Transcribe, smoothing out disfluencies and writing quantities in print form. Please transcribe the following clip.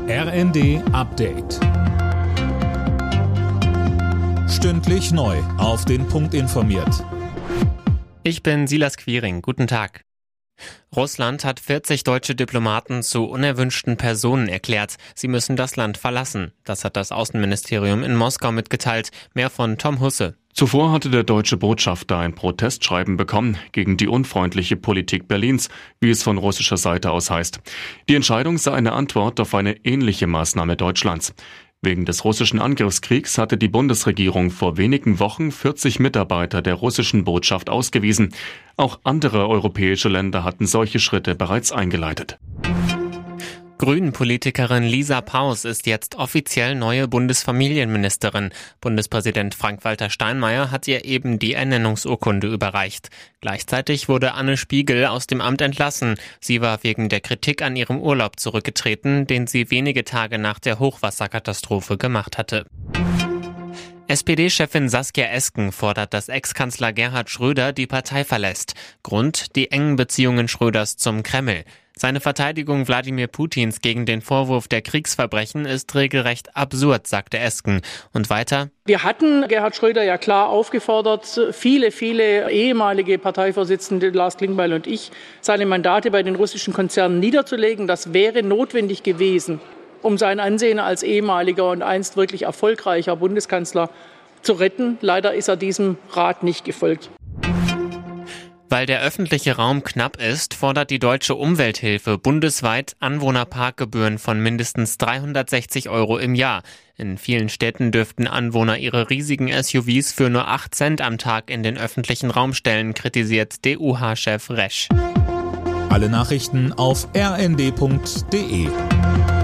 RND Update. Stündlich neu auf den Punkt informiert. Ich bin Silas Quiring. Guten Tag. Russland hat 40 deutsche Diplomaten zu unerwünschten Personen erklärt. Sie müssen das Land verlassen. Das hat das Außenministerium in Moskau mitgeteilt. Mehr von Tom Husse. Zuvor hatte der deutsche Botschafter ein Protestschreiben bekommen gegen die unfreundliche Politik Berlins, wie es von russischer Seite aus heißt. Die Entscheidung sei eine Antwort auf eine ähnliche Maßnahme Deutschlands. Wegen des russischen Angriffskriegs hatte die Bundesregierung vor wenigen Wochen 40 Mitarbeiter der russischen Botschaft ausgewiesen. Auch andere europäische Länder hatten solche Schritte bereits eingeleitet. Grünen-Politikerin Lisa Paus ist jetzt offiziell neue Bundesfamilienministerin. Bundespräsident Frank-Walter Steinmeier hat ihr eben die Ernennungsurkunde überreicht. Gleichzeitig wurde Anne Spiegel aus dem Amt entlassen. Sie war wegen der Kritik an ihrem Urlaub zurückgetreten, den sie wenige Tage nach der Hochwasserkatastrophe gemacht hatte. SPD-Chefin Saskia Esken fordert, dass Ex-Kanzler Gerhard Schröder die Partei verlässt. Grund: die engen Beziehungen Schröders zum Kreml. Seine Verteidigung Wladimir Putins gegen den Vorwurf der Kriegsverbrechen ist regelrecht absurd, sagte Esken. Und weiter: Wir hatten Gerhard Schröder ja klar aufgefordert, viele ehemalige Parteivorsitzende, Lars Klingbeil und ich, seine Mandate bei den russischen Konzernen niederzulegen. Das wäre notwendig gewesen, um sein Ansehen als ehemaliger und einst wirklich erfolgreicher Bundeskanzler zu retten. Leider ist er diesem Rat nicht gefolgt. Weil der öffentliche Raum knapp ist, fordert die Deutsche Umwelthilfe bundesweit Anwohnerparkgebühren von mindestens 360 € im Jahr. In vielen Städten dürften Anwohner ihre riesigen SUVs für nur 8 Cent am Tag in den öffentlichen Raum stellen, kritisiert DUH-Chef Resch. Alle Nachrichten auf rnd.de.